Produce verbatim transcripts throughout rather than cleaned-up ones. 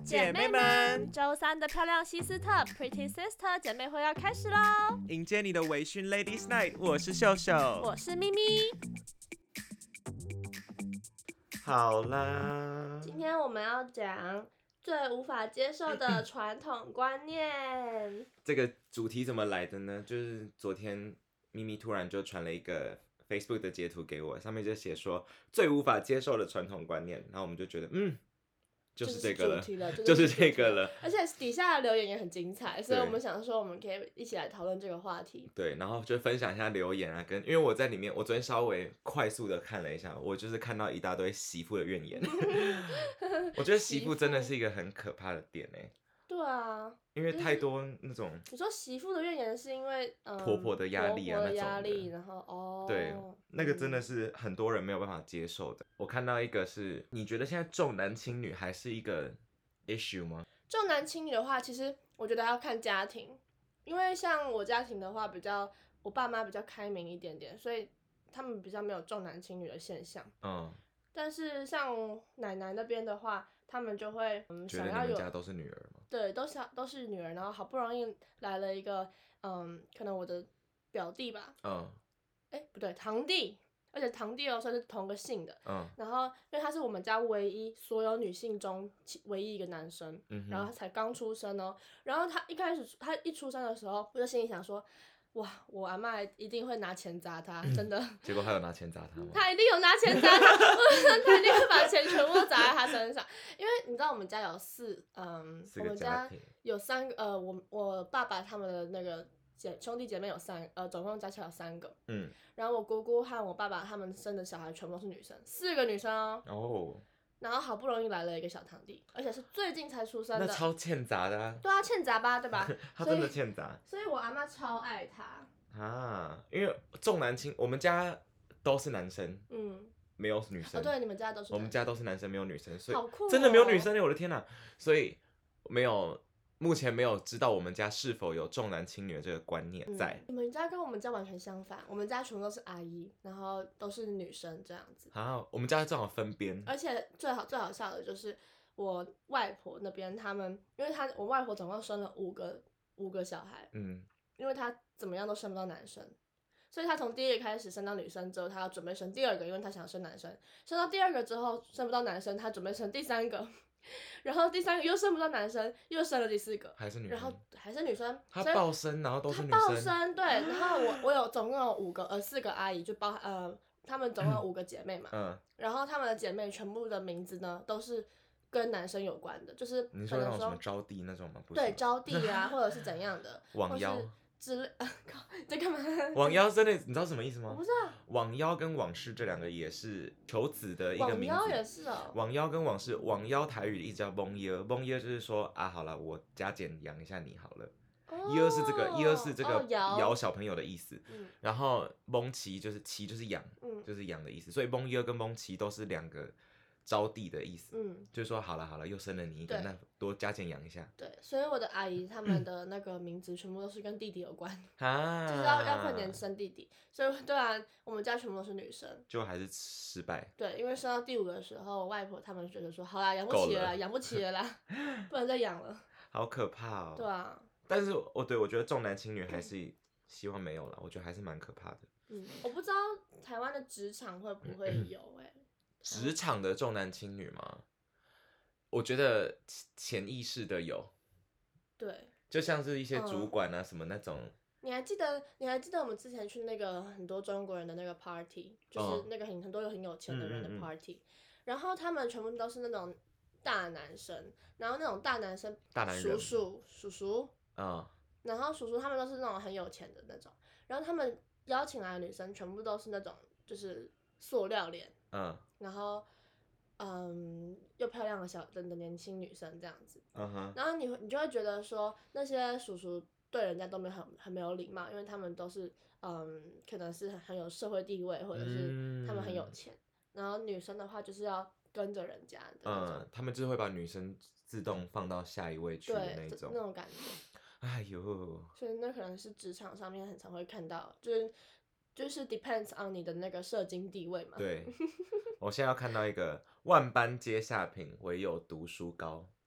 姐妹们，周三的漂亮西斯特 Pretty Sister 姐妹会要开始喽！ 迎接你的微醺 Ladies Night， 我是秀秀， 我是咪咪。 好啦， 今天我们要讲最无法接受的传统观念。 这个主题怎么来的呢？就是昨天咪咪突然就传了一个 Facebook 的截图给我，上面就写说最无法接受的传统观念，然后我们就觉得嗯。就是这个了， 就是了就是这个了。 而且底下的留言也很精彩，所以我们想说我们可以一起来讨论这个话题。 对，然后就分享一下留言啊，跟因为我在里面，我昨天稍微快速的看了一下，我就是看到一大堆媳妇的怨言。我觉得媳妇真的是一个很可怕的点哎。 对啊， 因为太多那种、 就是、你说媳妇的怨言是因为、嗯、 婆婆的压力啊， 婆婆的压力，然后哦， 对，那个真的是很多人没有办法接受的。嗯、我看到一个是，你觉得现在重男轻女还是一个 issue 吗？ 重男轻女的话，其实我觉得要看家庭，因为像我家庭的话，比较我爸妈比较开明一点点，所以他们比较没有重男轻女的现象。嗯，但是像奶奶那边的话，他们就会嗯想要有，觉得你们家都是女儿吗？ 对，都是都是女儿，然后好不容易来了一个嗯，可能我的表弟吧，嗯，哎不对，堂弟，而且堂弟哦算是同个姓的，嗯，然后因为他是我们家唯一所有女性中唯一一个男生，嗯，然后他才刚出生哦，然后他一开始他一出生的时候，我就心里想说。哇，我阿嬷一定会拿钱砸他，真的。 结果他有拿钱砸他吗？ 他一定有拿钱砸他，他一定会把钱全部都砸在他身上。因为你知道我们家有四，嗯， 四我们家有三个，呃，我我爸爸他们的那个姐兄弟姐妹有三，呃，总共加起来有三个。嗯。然后我姑姑和我爸爸他们生的小孩全部都是女生，四个女生哦。哦。然后好不容易来了一个小堂弟，而且是最近才出生的， 那超欠砸的啊！ 对啊，欠砸吧，对吧？ 他真的欠砸， 所以我阿嬷超爱他啊，因为重男轻，我们家都是男生，嗯，没有女生。 哦，对，你们家都是男生， 我们家都是男生，没有女生，所以好酷哦， 真的没有女生耶！我的天哪，所以没有。目前没有知道我们家是否有重男轻女的这个观念在、嗯。 你们家跟我们家完全相反，我们家全部都是阿姨，然后都是女生这样子。 啊，我们家正好分边。 而且最好最好笑的就是我外婆那边，他们因为她我外婆总共生了五个五个小孩，嗯，因为她怎么样都生不到男生，所以她从第一个开始生到女生之后，她要准备生第二个，因为她想生男生。生到第二个之后生不到男生，她准备生第三个。然后第三个又生不到男生，又生了第四个， 还是女生， 然后还是女生。 她抱生，然后都是女生。 她抱生，对。然后我我有总共有五个呃四个阿姨，就包呃她们总共有五个姐妹嘛。嗯。然后她们的姐妹全部的名字呢都是跟男生有关的，就是你说那种什么招娣那种吗？不是对，招娣啊，或者是怎样的。 网妖。 之类啊，靠，在干嘛？ 网妖真的，你知道什么意思吗？ 我不知道。 网妖跟往事这两个也是求子的一个名字。 网妖也是哦。 网妖跟往事，网妖台语一直叫蒙耶，蒙耶就是说啊，好了，我加减养一下你好了。一二是这个，一二是这个摇小朋友的意思。嗯。然后蒙奇就是奇就是养，嗯，就是养的意思，所以蒙耶跟蒙奇都是两个。招娣的意思，嗯，就是说好了好了，又生了你一个，那多加减养一下。 对，所以我的阿姨他们的那个名字全部都是跟弟弟有关，啊，就是要要快点生弟弟。所以对啊，我们家全部都是女生， 就还是失败。 对，因为生到第五个的时候，外婆他们觉得说，好啦，养不起了啦，养不起了啦，不能再养了。 好可怕哦。 对啊。 但是哦，对，我觉得重男轻女还是希望没有了，我觉得还是蛮可怕的。 嗯，我不知道台湾的职场会不会有哎、欸。 职场的重男轻女吗？我觉得潜意识的有， 对， 就像是一些主管啊、嗯、什么那种。 你还记得？你还记得我们之前去那个很多中国人的那个 party， 就是那个很很多有很有钱的人的 party，、嗯嗯嗯、然后他们全部都是那种大男生，然后那种大男生， 大男人叔叔叔叔，嗯，然后叔叔他们都是那种很有钱的那种，然后他们邀请来的女生全部都是那种就是塑料脸。嗯，然后，嗯，又漂亮的小的年轻女生这样子，嗯哼，然后你你就会觉得说那些叔叔对人家都没有很很没有礼貌，因为他们都是嗯，可能是很很有社会地位，或者是他们很有钱，嗯、然后女生的话就是要跟着人家的那种， 嗯，他们就是会把女生自动放到下一位去的那种， 那种感觉， 哎呦， 所以那可能是职场上面很常会看到，就是。就是 depends on 你的那个社经地位嘛。 对，我现在要看到一个万般皆下品，唯有读书高。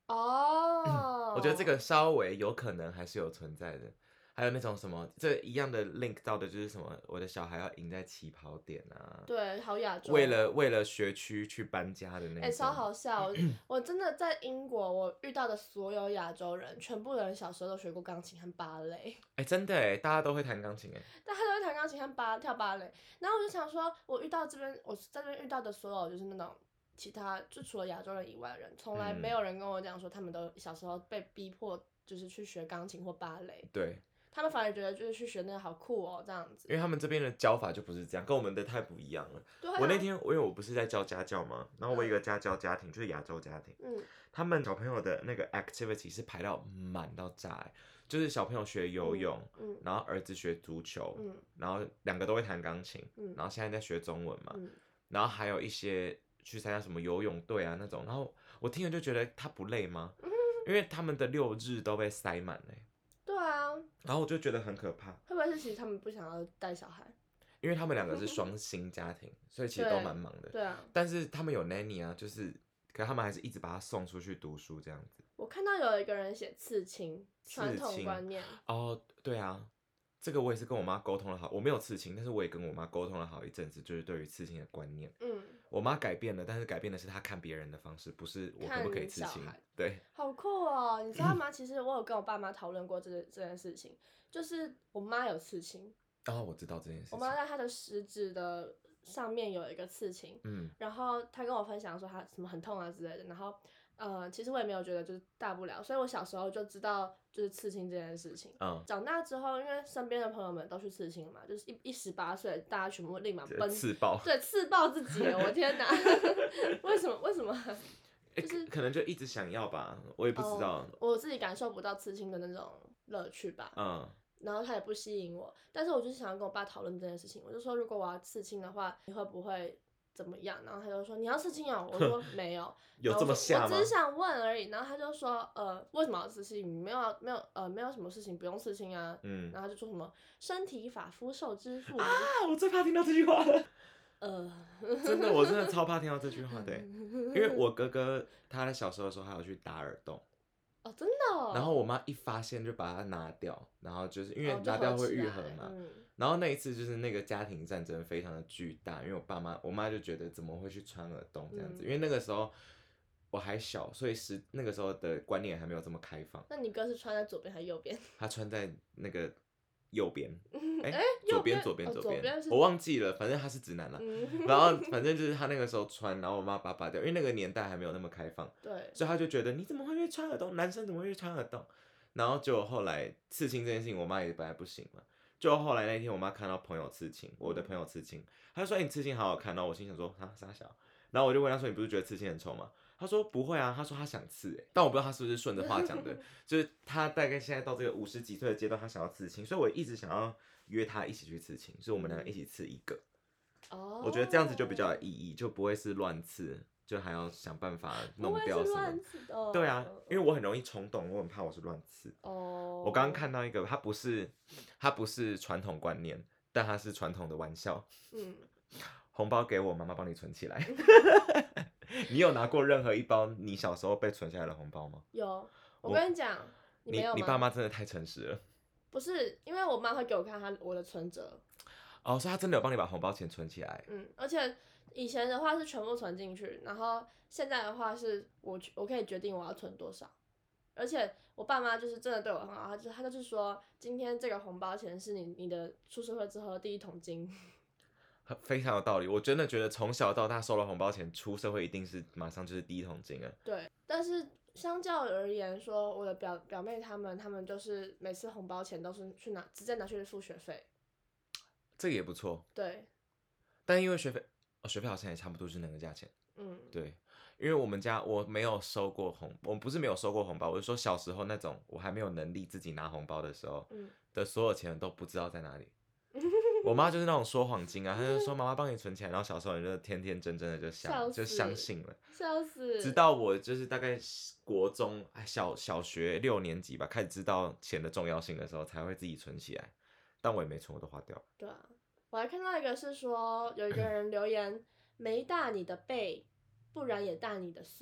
哦， 我觉得这个稍微有可能还是有存在的。还有那种什么，这一样的 link 到的就是什么，我的小孩要赢在起跑点啊， 对，好亚洲、 为了为了学区去搬家的那种， 哎、欸，超好笑！我我真的在英国，我遇到的所有亚洲人，全部人小时候都学过钢琴和芭蕾。 哎、欸，真的哎，大家都会弹钢琴哎， 大家都会弹钢琴和芭跳芭蕾。然后我就想说，我遇到这边，我在这边遇到的所有就是那种其他，就除了亚洲人以外的人，从来没有人跟我讲说他们都小时候被逼迫就是去学钢琴或芭蕾。 对。 他们反而觉得就是去学那个好酷哦，这样子。 因为他们这边的教法就不是这样，跟我们的太不一样了。 对啊、 我那天，因为我不是在教家教嘛，然后我一个家教家庭、嗯、就是亚洲家庭，嗯，他们小朋友的那个 activity 是排到满到炸，就是小朋友学游泳，嗯，然后儿子学足球，嗯，然后两个都会弹钢琴，嗯，然后现在在学中文嘛，嗯，然后还有一些去参加什么游泳队啊那种，然后我听了就觉得他不累吗？嗯、因为他们的六日都被塞满了。 对啊， 然后我就觉得很可怕。 会不会是其实他们不想要带小孩？ 因为他们两个是双薪家庭，所以其实都蛮忙的。 对啊。 但是他们有 nanny 啊，就是，可他们还是一直把他送出去读书这样子。 我看到有一个人写刺青，传统观念。 哦，对啊，这个我也是跟我妈沟通了好，我没有刺青，但是我也跟我妈沟通了好一阵子，就是对于刺青的观念。嗯。我妈改变了，但是改变的是她看别人的方式，不是我可不可以刺青。对。 好酷哦！你知道吗？其实我有跟我爸妈讨论过这这件事情，就是我妈有刺青。 哦，我知道这件事情。 我妈在她的食指的上面有一个刺青，嗯，然后她跟我分享说她什么很痛啊之类的，然后呃，其实我也没有觉得就是大不了，所以我小时候就知道就是刺青这件事情。嗯，长大之后，因为身边的朋友们都去刺青了嘛，就是一一十八岁，大家全部立马奔刺爆， 对，刺爆自己，我天哪！为什么？为什么？ 就是、欸、可能就一直想要吧，我也不知道。 哦、我自己感受不到刺青的那种乐趣吧。嗯。然后他也不吸引我，但是我就是想要跟我爸讨论这件事情。我就说，如果我要刺青的话，你会不会怎么样？然后他就说你要刺青哦。我说没有。 有这么吓吗？ 我只是想问而已。然后他就说，呃，为什么要刺青？你没有没有呃没有什么事情不用刺青啊。嗯。然后他就说什么身体发肤受之父啊！我最怕听到这句话了。呃，真的，我真的超怕听到这句话的，因为我哥哥他小时候的时候还有去打耳洞。 哦，真的、哦。 然后我妈一发现就把它拿掉，然后就是因为拿掉会愈合嘛。哦嗯、然后那一次就是那个家庭战争非常的巨大，因为我爸妈我妈就觉得怎么会去穿耳洞这样子，嗯、因为那个时候我还小，所以是那个时候的观念还没有这么开放。 那你哥是穿在左边还是右边？ 他穿在那个右边。 哎、欸， 左边左边左边，我忘记了，反正他是直男啦。嗯、然后反正就是他那个时候穿，然后我妈把它拔掉，因为那个年代还没有那么开放， 对， 所以他就觉得你怎么会去穿耳洞？男生怎么会去穿耳洞？然后就后来刺青这件事情，我妈也本来不行嘛。就后来那天我妈看到朋友刺青，我的朋友刺青，她就说：“欸，你刺青好好看。”然后我心想说：“啊，傻小。”然后我就问她说：“你不是觉得刺青很丑吗？”她说：“不会啊。”她说她想刺，哎，但我不知道她是不是顺着话讲的，就是她大概现在到这个五十几岁的阶段，她想要刺青，所以我一直想要约她一起去刺青，所以我们两个一起刺一个。哦，我觉得这样子就比较有意义，就不会是乱刺。就还要想办法弄掉什么？ 哦、 对啊，因为我很容易冲动，我很怕我是乱刺。哦，我刚刚看到一个，它不是，它不是传统观念，但它是传统的玩笑。嗯，红包给我，妈妈帮你存起来。你有拿过任何一包你小时候被存下来的红包吗？ 有，我跟你讲，你没有吗？ 你你爸妈真的太诚实了。 不是，因为我妈会给我看她我的存折。 哦，所以她真的有帮你把红包钱存起来。 嗯，而且。以前的话是全部存进去，然后现在的话是我我可以决定我要存多少，而且我爸妈就是真的对我很好，他就他就是说今天这个红包钱是你你的出社会之后的第一桶金， 非常有道理。我真的觉得从小到大收了红包钱，出社会一定是马上就是第一桶金了。 对，但是相较而言说，我的表表妹他们他们就是每次红包钱都是去拿直接拿去付学费， 这个也不错。 对， 但因为学费。哦，学费好像也差不多是那个价钱。嗯，对，因为我们家我没有收过红，我不是没有收过红包，我是说小时候那种我还没有能力自己拿红包的时候，嗯、的所有钱都不知道在哪里。我妈就是那种说谎精啊，她就说妈妈帮你存起来，然后小时候人就天天真真的就相就相信了， 笑死。 直到我就是大概国中小小学六年级吧，开始知道钱的重要性的时候，才会自己存起来，但我也没存，我都花掉了。 对啊。我还看到一个是说有一个人留言没大你的背，不然也大你的岁，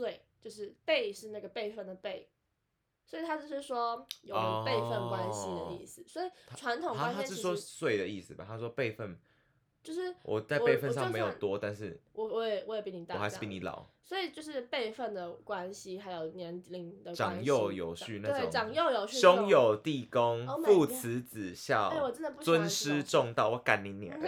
就是辈是那个辈分的辈，所以他就是说有了辈分关系的意思。哦、所以传统观念其实他是说岁的意思吧？他说辈分。 就是我在辈分上没有多，但是我我也我也比你大， 我还是比你老， 所以就是辈分的关系，还有年龄的关系， 长幼有序那种， 对，长幼有序， 兄友弟恭， oh、 父慈子孝， 哎、欸，我真的不喜欢尊师重道，我干你娘！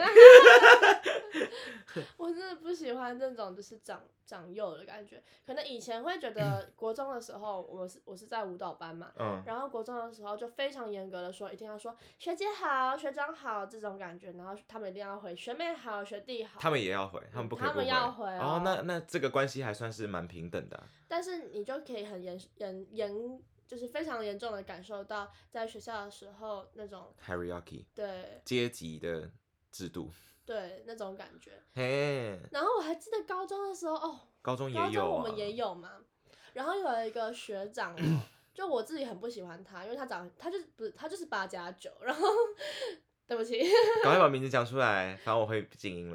我真的不喜欢这种就是长长幼的感觉。可能以前会觉得国中的时候，我是我是在舞蹈班嘛，嗯，然后国中的时候就非常严格的说，一定要说学姐好、学长好这种感觉，然后他们一定要回学妹好、学弟好。 他们也要回，他们不可以不回。 他们要回哦。 哦，那那这个关系还算是蛮平等的、啊。 但是你就可以很严严严，就是非常严重的感受到，在学校的时候那种 hierarchy， 对阶级的制度。 对，那种感觉。 嘿， 然后我还记得高中的时候，哦， 高中也有、啊， 高中我们也有嘛。然后有一个学长哦，就我自己很不喜欢他，因为他长他就是不是他就是八加九，然后对不起， 赶快把名字讲出来，反正我会静音了。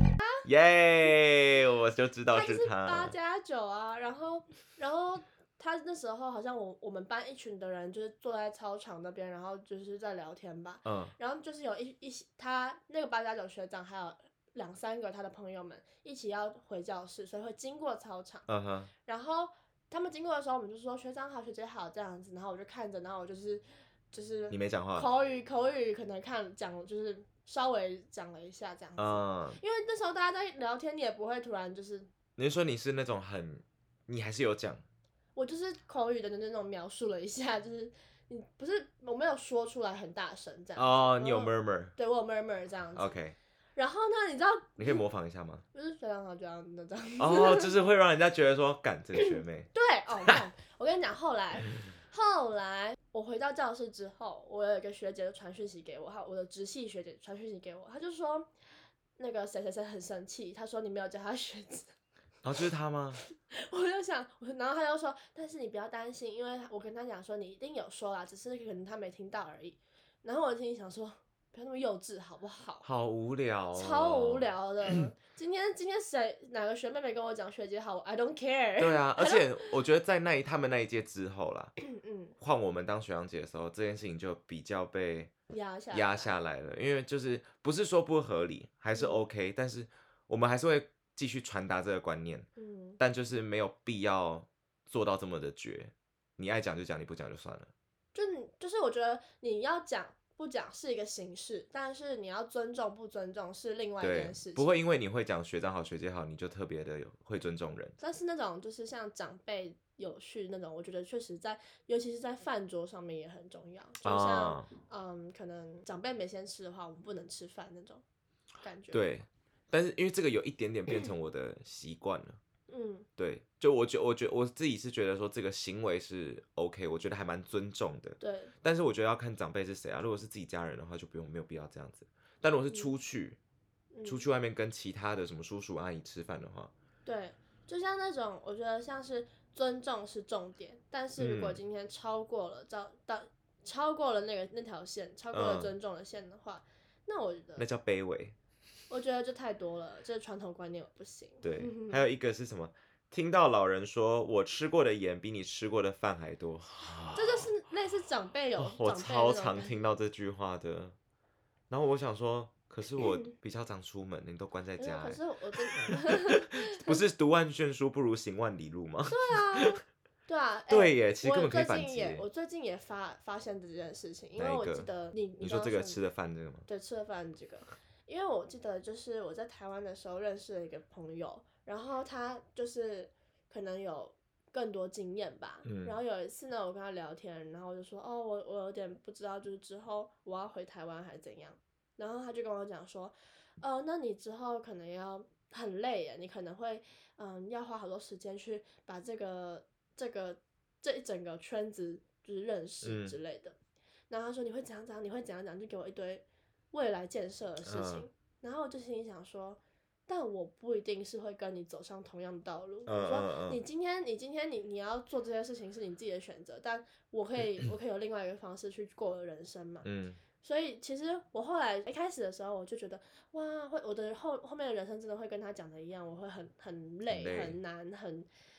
耶、yeah, 我就知道是他。 八加九啊，然后然后。他那时候好像我我们班一群的人就是坐在操场那边，然后就是在聊天吧。嗯。然后就是有一一他那个八加九学长还有两三个他的朋友们一起要回教室，所以会经过操场。嗯哼。然后他们经过的时候，我们就说学长好、学姐好这样子，然后我就看着，然后我就是就是你没讲话， 口语口语可能看讲就是稍微讲了一下这样子。嗯。因为那时候大家在聊天，你也不会突然就是。 你是说你是那种很，你还是有讲？ 我就是口语的那种描述了一下，就是你不是我没有说出来很大声这样。 哦， oh, 你有 murmur。 对，我有 murmur 这样子。 OK。 然后呢，你知道？ 你可以模仿一下吗？ 就是学长好这样那这样。 哦， oh, 就是会让人家觉得说，干这个学妹。 对哦，我跟你讲，后来后来我回到教室之后，我有一个学姐就传讯息给我，还有我的直系学姐传讯息给我，她就说那个谁谁谁很生气，她说你没有叫她学姐。 然后就是他吗？ 我就想，然后他就说，但是你不要担心，因为我跟他讲说你一定有说啦，只是可能他没听到而已。然后我心里想说，不要那么幼稚好不好？ 好无聊、哦， 超无聊的。今天今天谁哪个学妹没跟我讲学姐好 ，I don't care。 对啊，而且我觉得在那一他们那一届之后啦，嗯，换我们当学长姐的时候，这件事情就比较被压下压下来了，因为就是不是说不合理，还是 OK，、嗯、但是我们还是会。继续传达这个观念，嗯，但就是没有必要做到这么的绝。你爱讲就讲，你不讲就算了。 就就是我觉得你要讲不讲是一个形式，但是你要尊重不尊重是另外一件事情。 不会因为你会讲学长好学姐好，你就特别的会尊重人。 但是那种就是像长辈有序那种，我觉得确实在，尤其是在饭桌上面也很重要。就像、啊、嗯，可能长辈没先吃的话，我们不能吃饭那种感觉。 对。但是因为这个有一点点变成我的习惯了，嗯，对，就我觉我觉我自己是觉得说这个行为是 OK， 我觉得还蛮尊重的， 对。 但是我觉得要看长辈是谁啊，如果是自己家人的话，就不用没有必要这样子。但如果是出去，嗯、出去外面跟其他的什么叔叔阿姨吃饭的话， 对，就像那种我觉得像是尊重是重点，但是如果今天超过了到到超过了那个那条线，超过了尊重的线的话，嗯、那我觉得那叫卑微。 我觉得这太多了，这传统观念我不行。 对，还有一个是什么？听到老人说我吃过的盐比你吃过的饭还多， 这就是类似长辈有。 哦、我超常听到这句话的。然后我想说，可是我比较常出门，你都关在家、欸。 可是我真不是读万卷书不如行万里路吗？ 对啊，对啊，欸、 对耶，其实根本可以反击。 我最近也发发现这件事情，因为我记得你你说这个吃的饭这个吗？ 对，吃的饭这个。因为我记得就是我在台湾的时候认识了一个朋友，然后他就是可能有更多经验吧，嗯、然后有一次呢，我跟他聊天，然后我就说，哦，我我有点不知道，就是之后我要回台湾还是怎样，然后他就跟我讲说，呃，那你之后可能要很累耶，你可能会嗯要花好多时间去把这个这个这一整个圈子就是认识之类的，嗯、然后他说你会怎样怎样，你会怎样怎样，就给我一堆未来建设的事情，嗯、然后我就心里想说，但我不一定是会跟你走上同样的道路。嗯、我说你今天你今天你你要做这些事情是你自己的选择，但我可以我可以有另外一个方式去过我的人生嘛。嗯、所以其实我后来一开始的时候我就觉得哇，会我的后后面的人生真的会跟他讲的一样，我会很很累很难很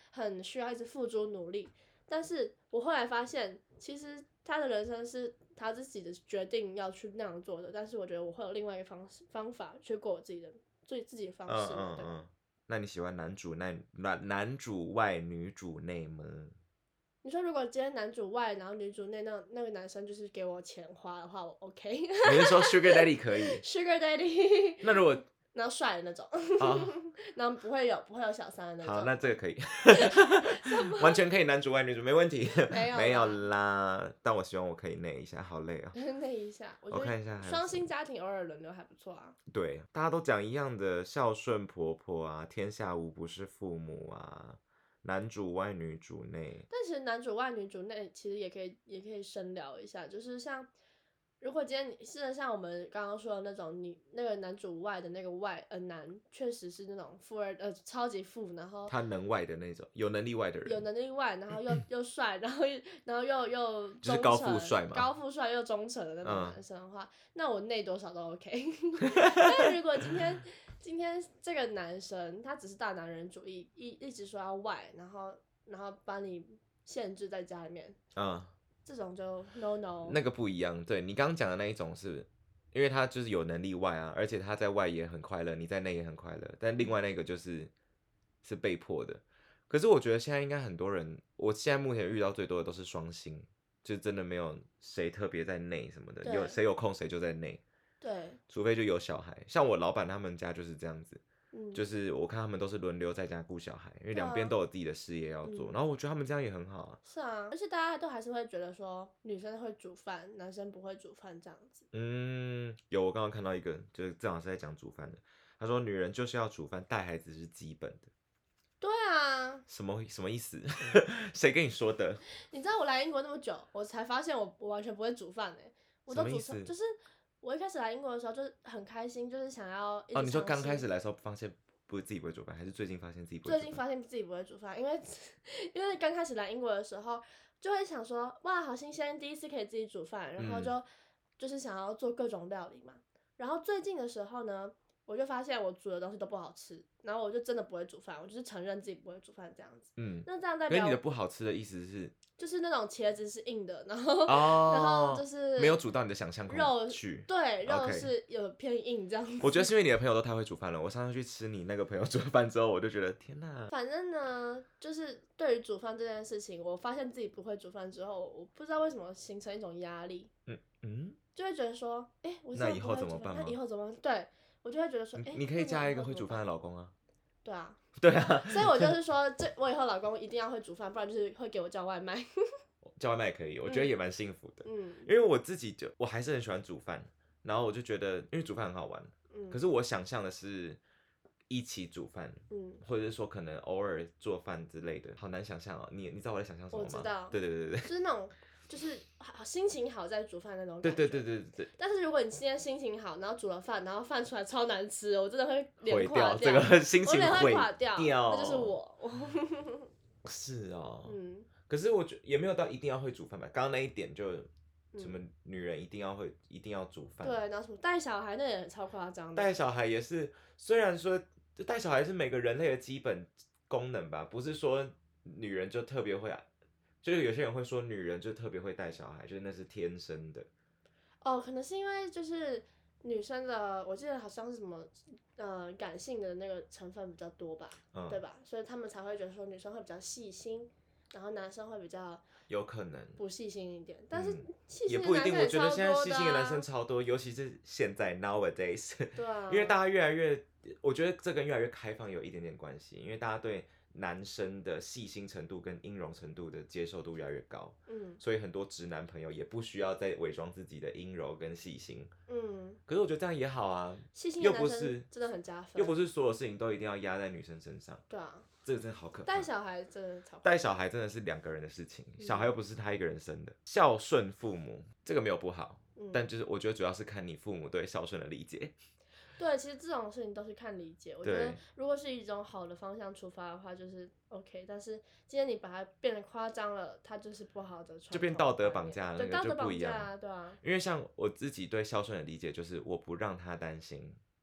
很需要一直付诸努力。但是我后来发现，其实他的人生是他自己的决定要去那样做的，但是我觉得我会有另外一个方式方法去过我自己的最自己的方式。嗯嗯嗯。 那你喜欢男主内男男主外女主内吗？ 你说如果今天男主外，然后女主内，那那个男生就是给我钱花的话，我 OK。 你是说 Sugar Daddy 可以 ？Sugar Daddy。 那如果然后帅的那种，然后不会有不会有小三的那种。 好，那这个可以，完全可以男主外女主没问题。没有没有啦，但我希望我可以内一下，好累啊、 喔。内一下，我看一下， 双薪家庭偶尔轮流还不错啊。 对，大家都讲一样的，孝顺婆婆啊，天下无不是父母啊。男主外女主内， 但其实男主外女主内其实也可以也可以深聊一下，就是像如果今天你是像我们刚刚说的那种，你那个男主外的那个外呃男确实是那种富二呃超级富，然后他能外的那种有能力外的人， 有能力外，然后又又帅，然后然后又又忠诚， 就是高富帅嘛， 高富帅又忠诚的那种男生的话，嗯、那我内多少都 OK。但如果今天今天这个男生他只是大男人主义，一一直说要外，然后然后把你限制在家里面，嗯。这种就 no no， 那个不一样。对你刚刚讲的那一种是，因为他就是有能力外啊，而且他在外也很快乐，你在内也很快乐。但另外那个就是是被迫的。可是我觉得现在应该很多人，我现在目前遇到最多的都是双薪，就真的没有谁特别在内什么的，有谁有空谁就在内。 对， 除非就有小孩，像我老板他们家就是这样子。嗯、就是我看他们都是轮流在家顾小孩，因为两边都有自己的事业要做、啊嗯，然后我觉得他们这样也很好啊。 是啊，而且大家都还是会觉得说女生会煮饭，男生不会煮饭这样子。 嗯，有，我刚刚看到一个，就是正好是在讲煮饭的，他说女人就是要煮饭，带孩子是基本的。 对啊。 什么什么意思？谁跟你说的？ 你知道我来英国那么久，我才发现我我完全不会煮饭哎、欸，我都煮成就是。我一开始来英国的时候就是很开心，就是想要哦，你说刚开始来的时候发现不是自己不会煮饭，还是最近发现自己不会煮饭？ 最近发现自己不会煮饭，因为因为刚开始来英国的时候就会想说哇好新鲜，第一次可以自己煮饭，然后就、嗯、就是想要做各种料理嘛。然后最近的时候呢，我就发现我煮的东西都不好吃，然后我就真的不会煮饭，我就是承认自己不会煮饭这样子。嗯，那这样代表你的不好吃的意思是？ 就是那种茄子是硬的，然后、 哦、 然后就是没有煮到你的想象空去， 肉对肉是有偏硬这样子。 我觉得是因为你的朋友都太会煮饭了。我上次去吃你那个朋友煮饭之后，我就觉得天哪。 反正呢，就是对于煮饭这件事情，我发现自己不会煮饭之后，我不知道为什么形成一种压力。嗯嗯，就会觉得说，哎、欸，我那以后怎么办吗？ 那以后怎么办？对，我就会觉得说，哎、欸， 你可以嫁一个会煮饭的老公啊。 对啊， 对啊， 所以我就是说，这我以后老公一定要会煮饭，不然就是会给我叫外卖。 叫外卖也可以，我觉得也蛮幸福的。嗯，因为我自己就我还是很喜欢煮饭，然后我就觉得，因为煮饭很好玩。嗯，可是我想象的是一起煮饭，嗯，或者是说可能偶尔做饭之类的，好难想象哦。你你知道我在想象什么吗？ 我知道。 对对对对， 就是那种就是好心情好在煮饭那种感觉。 对对对对对。 但是如果你今天心情好，然后煮了饭，然后饭出来超难吃，我真的会脸垮掉。这个心情会垮掉，那就是我。 是哦。嗯。可是我觉得也没有到一定要会煮饭吧，刚刚那一点就什么女人一定要会、嗯、一定要煮饭， 对，然后什么带小孩那也超夸张的。 带小孩也是，虽然说带小孩是每个人类的基本功能吧，不是说女人就特别会，就是有些人会说女人就特别会带小孩，就是那是天生的。 哦，可能是因为就是女生的，我记得好像是什么呃感性的那个成分比较多吧，嗯、对吧？所以他们才会觉得说女生会比较细心。然后男生会比较有可能不细心一点，但是细心的男生也不一定。我觉得现在细心的男生超多，尤其是现在 nowadays。 对啊， 因为大家越来越，我觉得这跟越来越开放有一点点关系，因为大家对男生的细心程度跟阴柔程度的接受度越来越高，嗯，所以很多直男朋友也不需要再伪装自己的阴柔跟细心，嗯。可是我觉得这样也好啊， 细心的男生真的很加分， 又不是所有事情都一定要压在女生身上。 对啊。 这个真的好可怕。 带小孩真的超。 带小孩真的是两个人的事情，小孩又不是他一个人生的。孝顺父母这个没有不好，嗯、但就是我觉得主要是看你父母对孝顺的理解。 对，其实这种事情都是看理解。我觉得如果是一种好的方向出发的话，就是 OK。但是今天你把它变得夸张了，它就是不好的， 就变道德绑架了，那个就不一样。 啊，对啊。 因为像我自己对孝顺的理解就是，我不让他担心。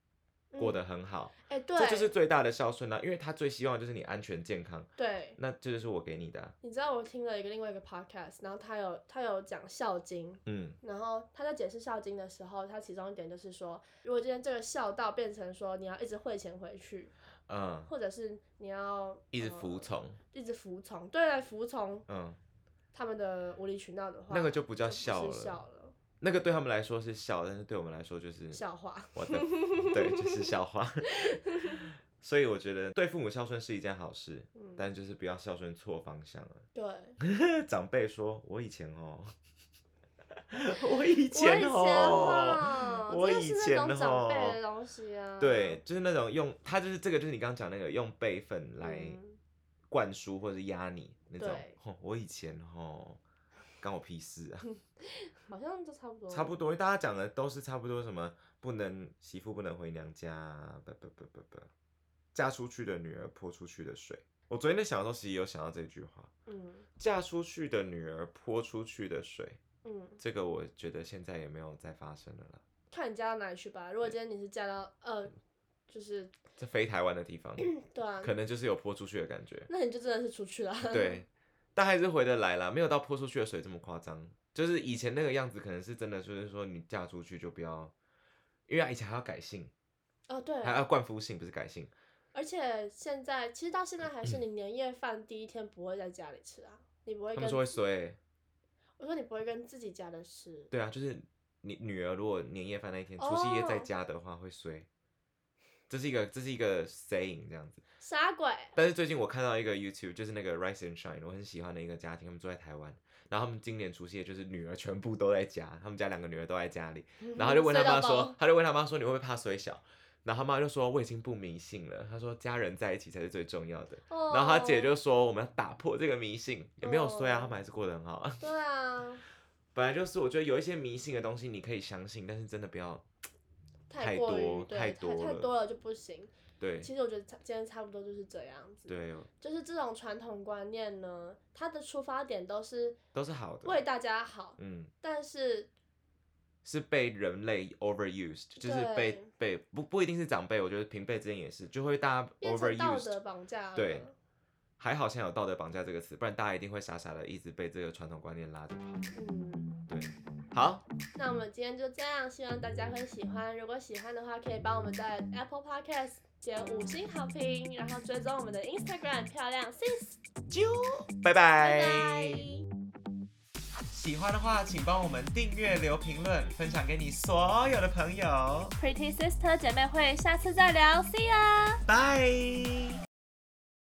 过得很好， 哎、嗯欸，对， 这就是最大的孝顺啦、啊，因为他最希望就是你安全健康， 对， 那这就是我给你的、啊。 你知道我听了一个另外一个 podcast， 然后他有他有讲孝经，嗯，然后他在解释孝经的时候，他其中一点就是说，如果今天这个孝道变成说你要一直汇钱回去，嗯，或者是你要一直服从、呃， 一直服从，对了，服从，嗯，他们的无理取闹的话， 那个就不叫孝了。 孝了那个对他们来说是笑，但是对我们来说就是笑话。 我的，对，就是笑话。所以我觉得对父母孝顺是一件好事，嗯、但就是不要孝顺错方向了。 对， 长辈说，我以前哦，我以前哦，我以前哦， 长辈的东西啊， 对，就是那种用他就是这个就是你刚刚讲那个用辈分来灌输或者压你那种。哦、我以前哦。关我屁事啊！ 好像就差不多。 差不多，大家讲的都是差不多，什么不能媳妇不能回娘家，不不不不不，嫁出去的女儿泼出去的水。我昨天在想的时候，其实有想到这句话。嗯。嫁出去的女儿泼出去的水。嗯。这个我觉得现在也没有再发生了啦。 看你嫁到哪里去吧。如果今天你是嫁到呃，就是这非台湾的地方， 对啊， 可能就是有泼出去的感觉。 那你就真的是出去了。 对。但还是回得来啦，没有到泼出去的水这么夸张。就是以前那个样子，可能是真的，就是说你嫁出去就不要，因为以前还要改姓， 哦对， 还要冠夫姓，不是改姓。 而且现在其实到现在还是，你年夜饭第一天不会在家里吃啊，你不会跟。 他们说会衰。 我说你不会跟自己家的吃。 对啊，就是你女儿如果年夜饭那一天，除夕夜在家的话会衰。这是一个这是一个 saying 这样子， 啥鬼？ 但是最近我看到一个 YouTube， 就是那个 Rise and Shine， 我很喜欢的一个家庭，他们住在台湾，然后他们今年除夕夜就是女儿全部都在家，他们家两个女儿都在家里，然后他就问他妈说，他就问他妈说你会不会怕衰小？然后他妈就说我已经不迷信了，他说家人在一起才是最重要的。Oh. 然后他姐就说我们要打破这个迷信，也没有衰啊，他们还是过得很好。 对啊， 本来就是我觉得有一些迷信的东西你可以相信，但是真的不要。 太多太多太多了就不行。 对， 其实我觉得今天差不多就是这样子。 对， 就是这种传统观念呢，它的出发点都是都是好的， 为大家好。嗯，但是是被人类 overused， 就是被被不不一定是长辈，我觉得平辈之间也是，就会大家 overused， 道德绑架。 对，还好现在有道德绑架这个词，不然大家一定会傻傻的一直被这个传统观念拉着跑。嗯，对。好， 那我们今天就这样，希望大家会喜欢。如果喜欢的话，可以帮我们在 Apple Podcast 点五星好评，然后追踪我们的 Instagram 漂亮 sis， 啾，拜拜。拜拜。喜欢的话，请帮我们订阅、留评论、分享给你所有的朋友。 Pretty Sister 姐妹会，下次再聊 ，See ya， 拜。